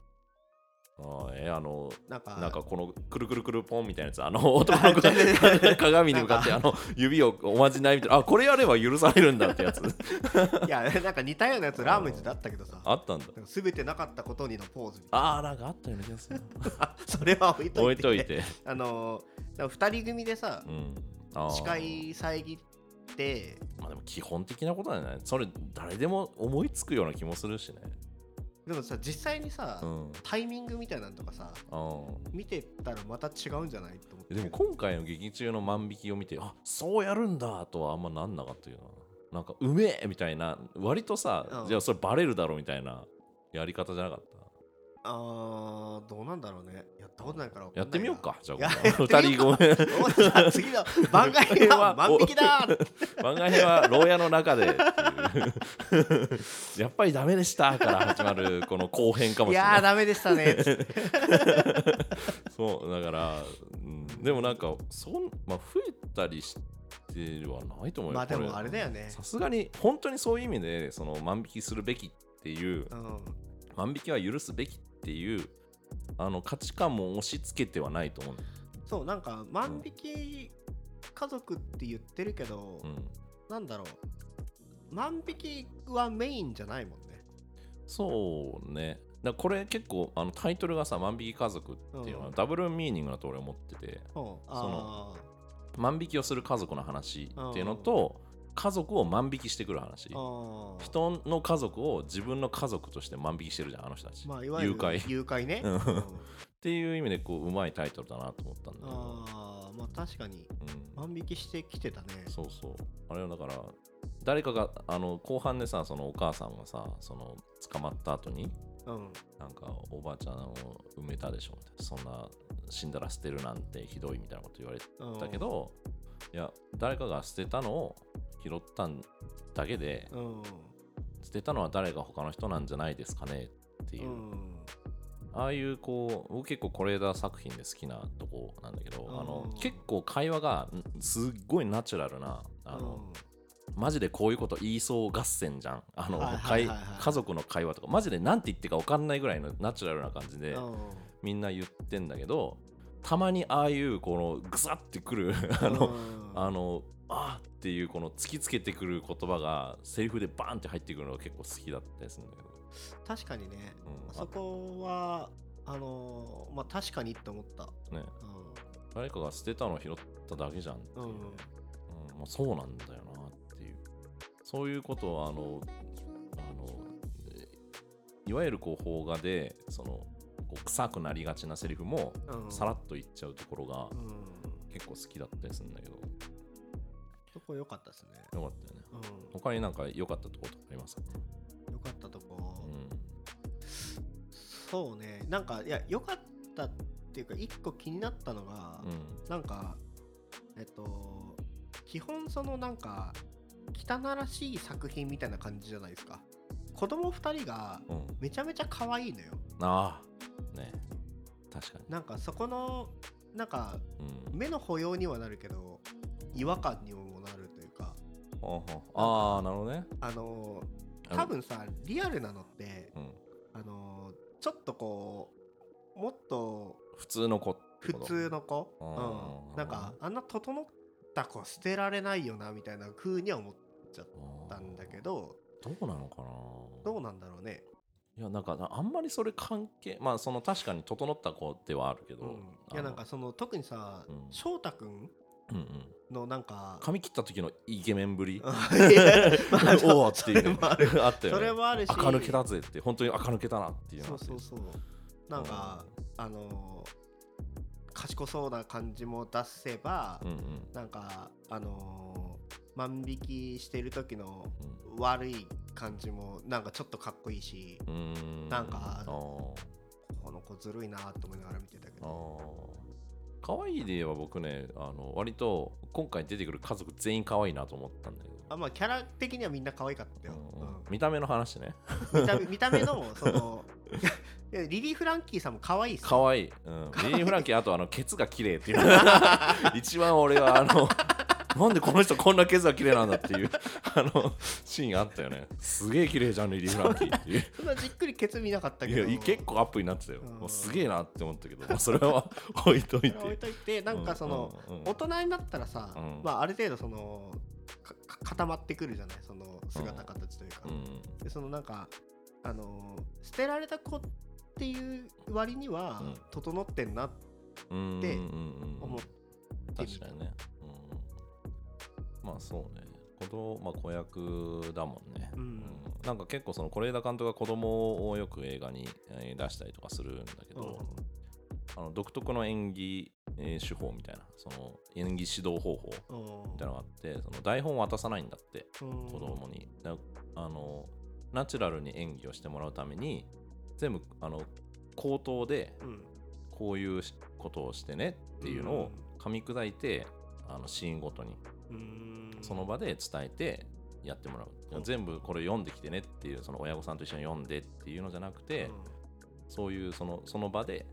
なんかこのくるくるくるポンみたいなやつ、男の子が鏡に向かって指をおまじないみたいな、これやれば許されるんだってやついやなんか似たようなやつラーメンズであったけどさ、 あったんだ。 全てなかったことにのポーズなんかあったような気がするそれは置いといて 2 人組でさ、視界遮って、 まあでも基本的なことだよね。それ誰でも思いつくような気もするしね。 でもさ実際にさ、タイミングみたいなのとかさ、見てたらまた違うんじゃないと思って。 でも今回の劇中の万引きを見て、そうやるんだとはあんまなんなかったよな。なんかうめえみたいな、割とさ、じゃあそれバレるだろうみたいなやり方じゃなかった。 どうなんだろうね。やったことないから分かんないな。 やってみようか。じゃあ 2人ごめん次の番外編は万引きだ番外編は牢屋の中でやっぱりダメでしたから始まるこの後編かもしれない。 いやーダメでしたねそうだから、でもなんか増えたりしてはないと思うよ。 まあでもあれだよね、 さすがに本当にそういう意味でその万引きするべきっていう、万引きは許すべきっていう価値観も押し付けてはないと思う。 そうなんか万引き家族って言ってるけど、なんだろう、万引きはメインじゃないもんね。 そうね。だこれ結構タイトルがさ万引き家族っていうのはダブルミーニングだと俺思ってて、その万引きをする家族の話っていうのと、家族を万引きしてくる話、人の家族を自分の家族として万引きしてるじゃんあの人たち、 いわゆる誘拐ねっていう意味でうまいタイトルだなと思ったんだけど、 まあ確かに、万引きしてきてたね。 そうあれはだから誰かが後半でさ、そのお母さんがさその捕まった後に、なんかおばあちゃんを埋めたでしょみたいな、そんな死んだら捨てるなんてひどいみたいなこと言われたけど、いや誰かが捨てたのを拾っただけで、捨てたのは誰が他の人なんじゃないですかねっていう、ああいう僕結構是枝作品で好きなとこなんだけど、結構会話がすっごいナチュラルなマジでこういうこと言いそう合戦じゃん。家族の会話とかマジでなんて言ってか分かんないぐらいのナチュラルな感じでみんな言ってんだけど、たまにああいうこのグサってくるっていうこの突きつけてくる言葉がセリフでバーンって入ってくるのが結構好きだったりするんだけど、 確かにね、そこはまあ確かにって思ったね。 誰かが捨てたのを拾っただけじゃんっていう、まあ、そうなんだよなっていう、そういうことをいわゆるこう邦画でそのこう臭くなりがちなセリフもさらっと言っちゃうところが結構好きだったりするんだけど、 そこ良かったですね。 よかったよね。他になんか良かったところとかありますか？ 良かったとこ、そうね、なんかいや良かったっていうか一個気になったのが、なんか基本そのなんか汚らしい作品みたいな感じじゃないですか。子供2人がめちゃめちゃ可愛いのよ。 ああね、確かに。 なんかそこのなんか目の保養にはなるけど違和感にもなるというか。 ああなるほどね。 多分さリアルなのって、ちょっとこうもっと普通の子、 なんかあんな整った子捨てられないよなみたいな風には思っちゃったんだけど、 どうなのかな。 どうなんだろうね。 いやなんかあんまりそれ関係、まあその確かに整った子ではあるけど、 いやなんかその特にさ、翔太くんのなんか髪切った時のイケメンぶりおーっていうあったよね。 それもあるし、 垢抜けたぜって、本当に垢抜けたなっていうの。 そうなんか賢そうな感じも出せば、なんか万引きしてる時の悪い感じもなんかちょっとかっこいいし、なんかこの子ずるいなと思いながら見てたけど。 可愛いで言えば僕ね、割と今回出てくる家族全員可愛いなと思ったんだけど。 まあキャラ的にはみんな可愛かったよ。 見た目の話ね。 見た目のそのリリー・フランキーさんも可愛いっすよ。 可愛い。リリー・フランキー、あとケツが綺麗っていう一番俺はなんでこの人こんなケツが綺麗なんだっていうシーンあったよね。すげえ綺麗じゃんリリー・フランキーっていう。 そんなじっくりケツ見なかったけど、 いや結構アップになってたよ。もうすげえなって思ったけど、まあ、それは置いといてなんかその、大人になったらさ、まあある程度その固まってくるじゃない、その姿形というか、でそのなんか捨てられた子っていう割には整ってんなって思ってみた。 確かにね。まあそうね、子役だもんね。なんか結構その是枝監督が子供をよく映画に出したりとかするんだけど、独特の演技手法みたいな、その演技指導方法みたいなのがあって、その台本を渡さないんだって子供に。ナチュラルに演技をしてもらうために全部口頭でこういうことをしてねっていうのを噛み砕いてシーンごとにその場で伝えてやってもらう。全部これ読んできてねっていう、その親御さんと一緒に読んでっていうのじゃなくて、そういうその場で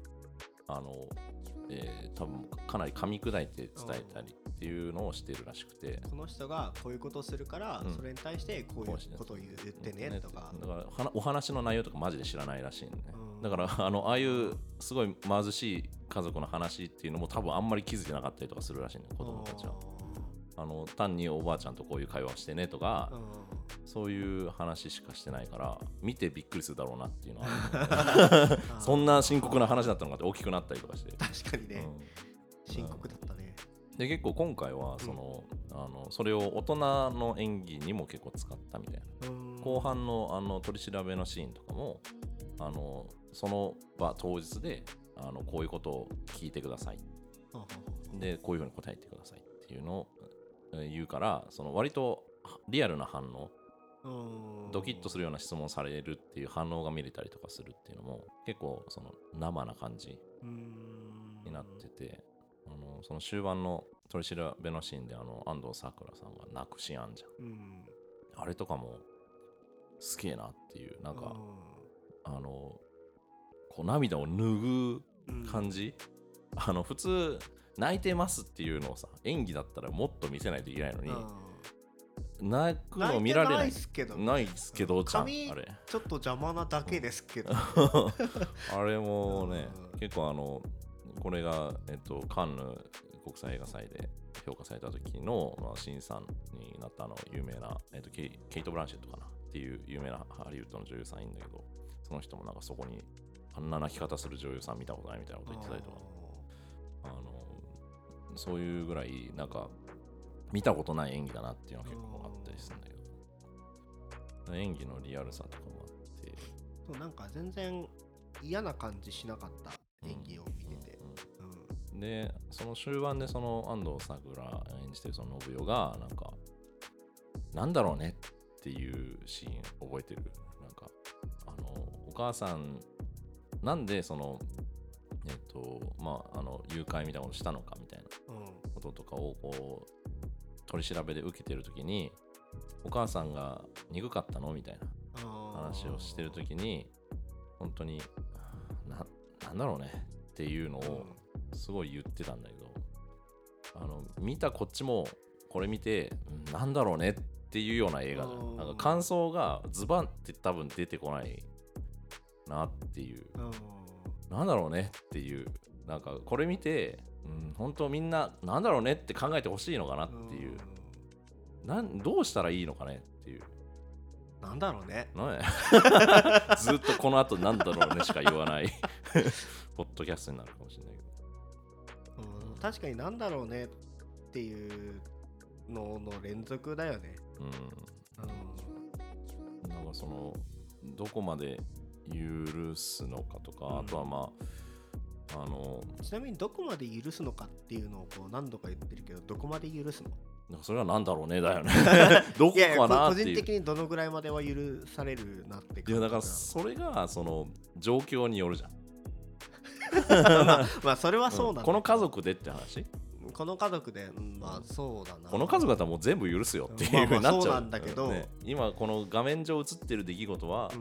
多分かなり噛み砕いて伝えたりっていうのをしてるらしくて、 この人がこういうことをするから、それに対してこういうことを言ってねとか、 だからお話の内容とかマジで知らないらしいんで、ね、だからああいうすごい貧しい家族の話っていうのも多分あんまり気づいてなかったりとかするらしいんだよ、子供たちは。単におばあちゃんとこういう会話をしてねとか、そういう話しかしてないから見てびっくりするだろうなっていうのはそんな深刻な話だったのかって大きくなったりとかして、 確かにね、深刻だったね。 で結構今回はそれを大人の演技にも結構使ったみたいな。後半の取り調べのシーンとかもその場当日でこういうことを聞いてください、でこういうふうに答えてくださいっていうのを言うから、その割とリアルな反応、ドキッとするような質問されるっていう反応が見れたりとかするっていうのも結構その生な感じになってて、その終盤の取り調べのシーンで安藤サクラさんが泣くシーンあんじゃん、あれとかもすげえなっていう、なんかこう涙を拭う感じ、普通泣いてますっていうのをさ、演技だったらもっと見せないといけないのに、泣くの見られない。ないっすけどちゃん、あれちょっと邪魔なだけですけどあれもね、結構これがカンヌ国際映画祭で評価された時の、審査になった有名なケイト・ブランシェットかなっていう有名なハリウッドの女優さんいるんだけど、その人もなんかそこにあんな泣き方する女優さん見たことないみたいなこと言ってたりとか、そういうぐらいなんか見たことない演技だなっていうのは結構あったりするんだけど、演技のリアルさとかもあって、 なんか全然嫌な感じしなかった演技を見てて、 でその終盤でその安藤サクラ演じてるその信代がなんだろうねっていうシーン覚えてる。なんかお母さんなんでその誘拐みたいなことしたのかみたいなこととかをこう取り調べで受けてるときに、お母さんが憎かったのみたいな話をしてるときに、本当になんだろうねっていうのをすごい言ってたんだけど、見たこっちもこれ見てなんだろうねっていうような映画じゃん。なんか感想がズバンって多分出てこないなっていう、なんだろうねっていう、なんかこれ見て、本当みんななんだろうねって考えてほしいのかなっていう、どうしたらいいのかねっていう、 なんだろうねずっとこの後なんだろうねしか言わないポッドキャストになるかもしれないけど、 確かになんだろうねっていうのの連続だよね。 なんかそのどこまで許すのかとか、あとはちなみにどこまで許すのかっていうのをこう何度か言ってるけど、どこまで許すの？ それはなんだろうねだよねどこかなっていう。 個人的にどのぐらいまでは許されるなって感じ。 いやだからそれがその状況によるじゃんまあそれはそうなんだ、 この家族でって話、 この家族で、まあそうだな、 この家族だったらもう全部許すよっていう風になっちゃう、 そうなんだけど、 今この画面上映ってる出来事は、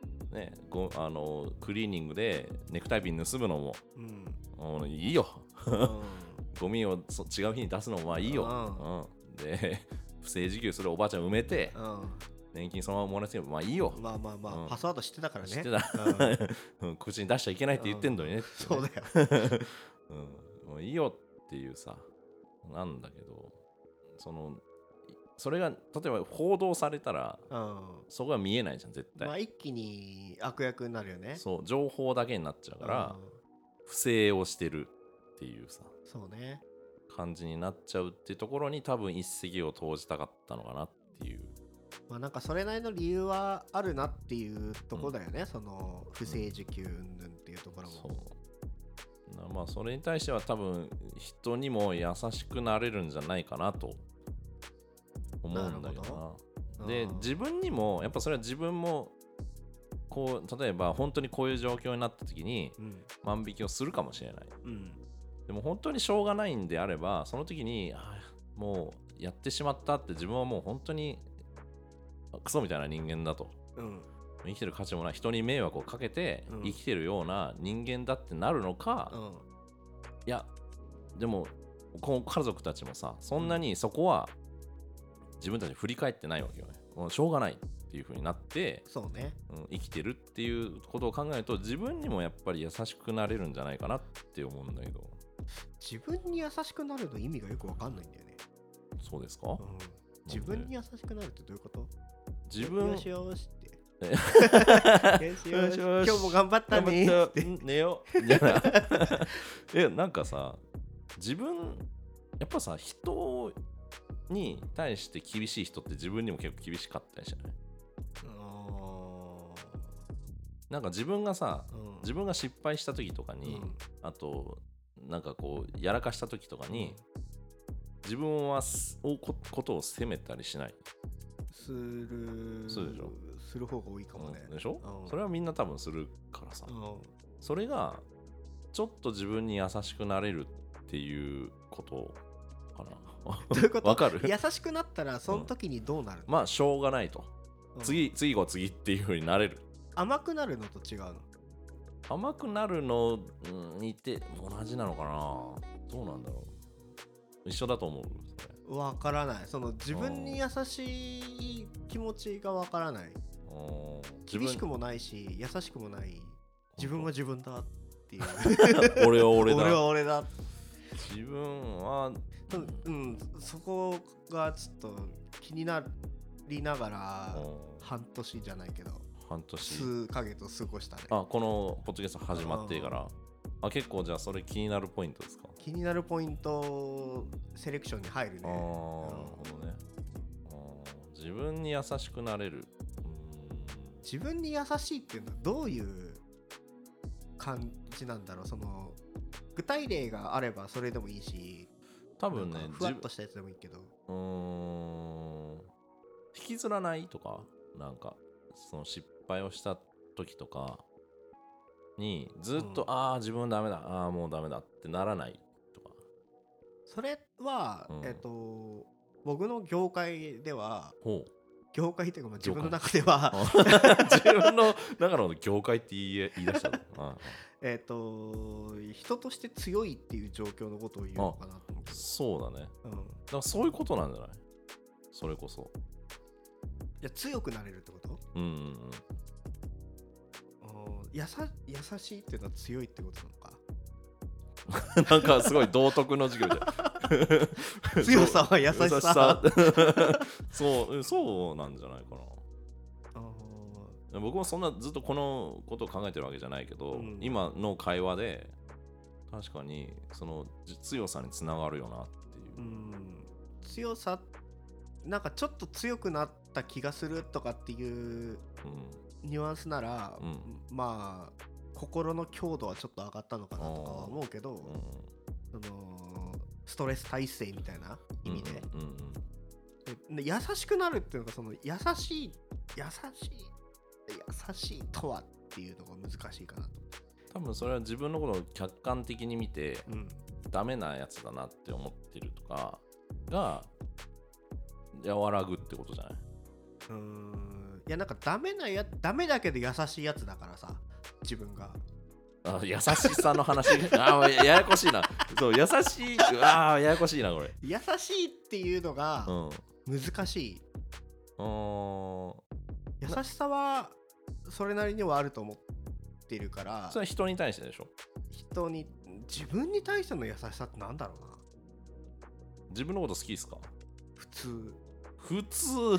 クリーニングでネクタイピン盗むのも、いいよゴミを違う日に出すのもまあいいよ、で不正受給するおばあちゃん埋めて、年金そのままもらってまあいいよ、 パスワード知ってたからね、 知ってた、口に出しちゃいけないって言ってんのにね、 そうだよ、 もういいよっていうさ、なんだけど、それが例えば報道されたら、そこは見えないじゃん絶対、 一気に悪役になるよね。 そう、情報だけになっちゃうから、不正をしてるっていうさ、 そうね、 感じになっちゃうっていうところに多分一石を投じたかったのかなっていう。 なんかそれなりの理由はあるなっていうところだよね、その不正受給云々っていうところも。 そう、それに対しては多分人にも優しくなれるんじゃないかなと思うんだけどな。で自分にもやっぱそれは自分もこう例えば本当にこういう状況になった時に万引きをするかもしれない、でも本当にしょうがないんであれば、その時にもうやってしまったって自分はもう本当にクソみたいな人間だと、生きてる価値もない、人に迷惑をかけて生きてるような人間だってなるのか、いやでもこの家族たちもさ、そんなにそこは自分たち振り返ってないわけよね。もうしょうがないっていう風になって、 そうね、 生きてるっていうことを考えると、自分にもやっぱり優しくなれるんじゃないかなって思うんだけど。 自分に優しくなるの意味がよくわかんないんだよね。 そうですか？ 自分に優しくなるってどういうこと？ 自分よしよしってよしよし今日も頑張ったねって寝よなんかさ、自分やっぱさ、人に対して厳しい人って自分にも結構厳しかったりじゃない？なんか自分がさ、自分が失敗した時とかに、あとなんかこうやらかした時とかに、自分はことを責めたりしない？するでしょ？ する方が多いかもね。 でしょ？それはみんな多分するからさ、それがちょっと自分に優しくなれるっていうことかな。 どういうこと？ わかる？ 優しくなったらその時にどうなるの？ まあしょうがないと、次後次っていう風になれる。 甘くなるのと違うの？ 甘くなるのにって同じなのかな？どうなんだろう。一緒だと思う。 わからない。その自分に優しい気持ちがわからない。厳しくもないし優しくもない。自分は自分だっていう俺は俺だ。 俺は俺だ。 自分はそこがちょっと気になりながら半年じゃないけど数ヶ月過ごしたね。 このポッドキャスト始まってから結構じゃあそれ気になるポイントですか？ 気になるポイントセレクションに入るね。 なるほどね。自分に優しくなれる。 自分に優しいっていうのはどういう感じなんだろう。その具体例があればそれでもいいし、 多分ねなんかふわっとしたやつでもいいけど、 引きずらないとか、なんかその失敗をした時とかにずっと、ああ自分ダメだ、ああもうダメだってならないとか。 それは、僕の業界では、 ほう業界というかまあ自分の中では自分の中の業界って言い出したの人として強いっていう状況のことを言うのかなと思うけど。 そうだね、 うん、 だからそういうことなんじゃない？それこそいや強くなれるってこと？ うんうんうん。 優しいっていうのは強いってことなのかなんかすごい道徳の授業じゃん強さは優しさそうなんじゃないかな。僕もそんなずっとこのことを考えてるわけじゃないけど、今の会話で確かにその強さにつながるよなっていう。 強さなんかちょっと強くなった気がするとかっていうニュアンスなら、まあ心の強度はちょっと上がったのかなとかは思うけど、そのストレス耐性みたいな意味で、で優しくなるっていうのがその優しいとはっていうのが難しいかなと。 多分それは自分のことを客観的に見て、ダメなやつだなって思ってるとかが和らぐってことじゃない？ いやなんかダメだけど優しいやつだからさ、自分が優しさの話ややこしいな。そう優しいややこしいなこれ。 優しいっていうのが難しい。優しさはそれなりにはあると思ってるから。 それは人に対してでしょ？ 自分に対しての優しさってなんだろうな。 自分のこと好きですか？ 普通普通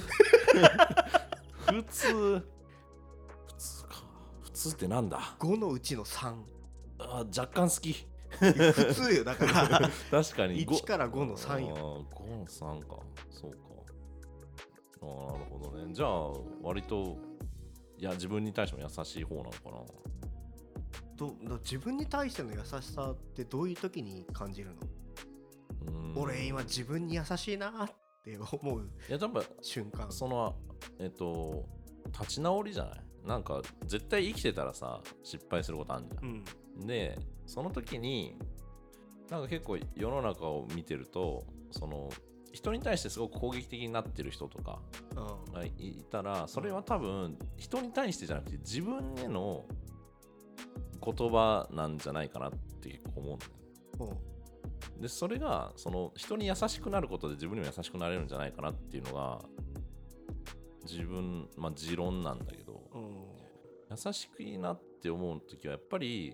か。普通ってなんだ ？5のうちの3。 若干好き。 普通よだから確かに 1から5の3よ。 5の3か。そうか。なるほどね。じゃあ割と自分に対しても優しい方なのかな。 自分に対しての優しさってどういう時に感じるの？俺今自分に優しいなって思う瞬間。 その立ち直りじゃない？なんか絶対生きてたらさ失敗することあるじゃん、でその時になんか結構世の中を見てると、その人に対してすごく攻撃的になってる人とかがいたら、それは多分人に対してじゃなくて自分への言葉なんじゃないかなって結構思うんだよ。でそれがその人に優しくなることで自分にも優しくなれるんじゃないかなっていうのが持論なんだけど、優しくいいなって思う時はやっぱり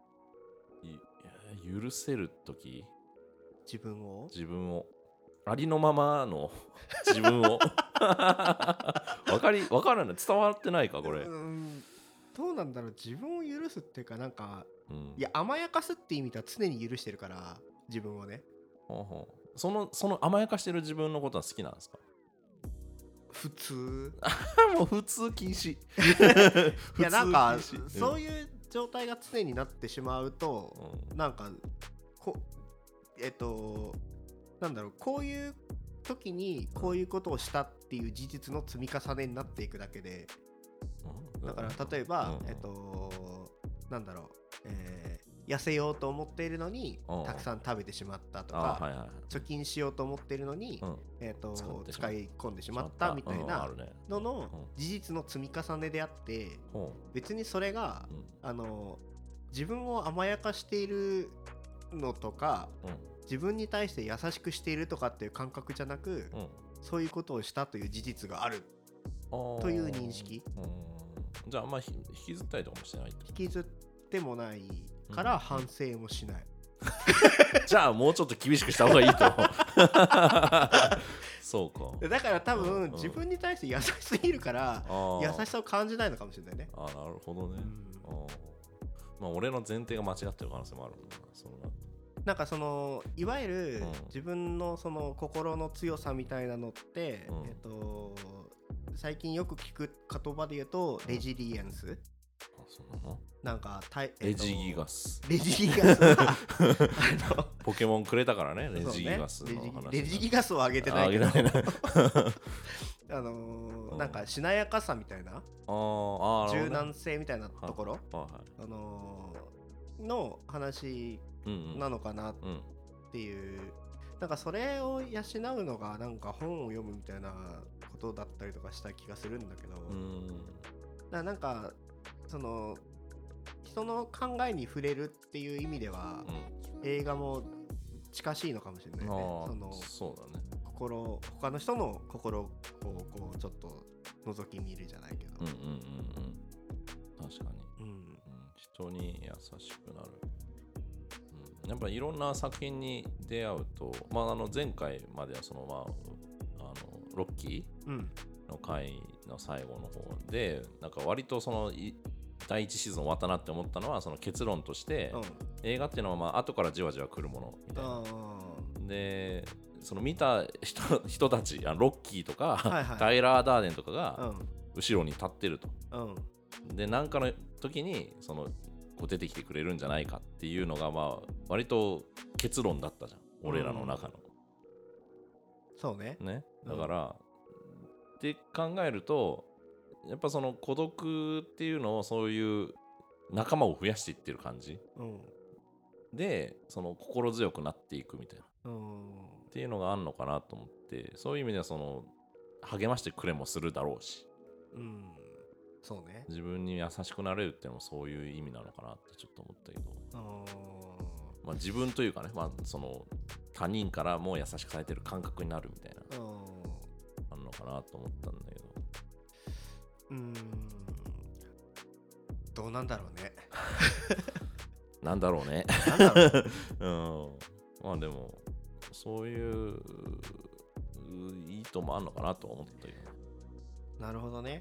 許せる時、 自分をありのままの自分をわかるの伝わってないかこれ。 どうなんだろう。自分を許すっていうかなんか、いや甘やかすって意味では常に許してるから自分をね。 その甘やかしてる自分のことは好きなんですか？ 普通もう普通禁止いやなんかそういう状態が常になってしまうと、なんかなんだろう、こういう時にこういうことをしたっていう事実の積み重ねになっていくだけで、だから例えばなんだろう、痩せようと思っているのにたくさん食べてしまったとか、貯金しようと思っているのに使い込んでしまったみたいなのの事実の積み重ねであって、別にそれが自分を甘やかしているのとか自分に対して優しくしているとかっていう感覚じゃなく、そういうことをしたという事実があるという認識。 じゃああんま引きずったりとかもしてない？ 引きずってもないから反省もしない、 じゃあもうちょっと厳しくした方がいいとそうか。 だから多分、自分に対して優しすぎるから優しさを感じないのかもしれないね。 なるほどね。俺の前提が間違ってる可能性もあるんだな。 なんかそのいわゆる自分のその心の強さみたいなのって、 最近よく聞く言葉で言うとレジリエンス、 あ、そうなの？ なんかレジギガス。 レジギガスはポケモンくれたからね、レそうジギガスの話。 レジギガスはあげてないけどあげないななんかしなやかさみたいな柔軟性みたいなところ、の話なのかなっていう、なんかそれを養うのがなんか本を読むみたいなことだったりとかした気がするんだけど、なんかその人の考えに触れるっていう意味では、映画も近しいのかもしれないね。 そうだね。 他の人の心をこうちょっと覗き見るじゃないけど、 確かに、人に優しくなる、やっぱりいろんな作品に出会うと、前回まではロッキーの回の最後の方でなんか割と第1シーズン終わったなって思ったのは、その結論として、映画っていうのは後からじわじわ来るものみたいな。でその見た 人たち、ロッキーとか、タイラー・ダーデンとかが後ろに立ってると、で何かの時にこう出てきてくれるんじゃないかっていうのが割と結論だったじゃん、俺らの中の。 そうね。 だから、って考えるとやっぱその孤独っていうのをそういう仲間を増やしていってる感じ、で心強くなっていくみたいな、っていうのがあるのかなと思って、そういう意味では励ましてくれもするだろうし、 そうね。 自分に優しくなれるっていうのもそういう意味なのかなってちょっと思ったけど、自分というかね、他人からも優しくされてる感覚になるみたいな、あるのかなと思ったんだけど、 どうなんだろうね。 なんだろうね。でもそういういいともあんのかなと思ったけど。 なるほどね。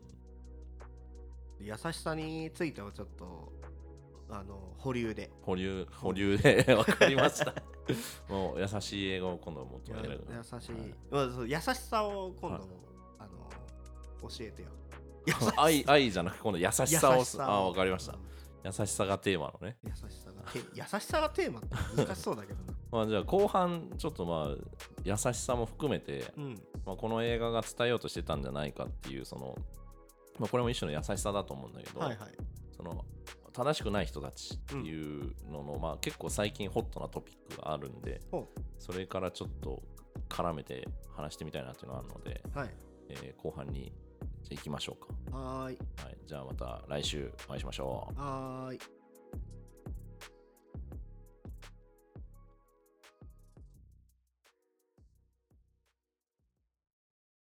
優しさについてはちょっと保留で分かりましたもう優しい英語を今度もっと優しさを今度も、教えてよ。 愛じゃなくて今度優しさを。分かりました、優しさがテーマのね。 優しさがテーマって難しそうだけどなじゃあ後半ちょっと優しさも含めて、この映画が伝えようとしてたんじゃないかっていうこれも一種の優しさだと思うんだけど、正しくない人たちっていうのの、結構最近ホットなトピックがあるんで、それからちょっと絡めて話してみたいなっていうのがあるので、後半に行きましょうか。 はい、 じゃあまた来週お会いしましょう。 はい。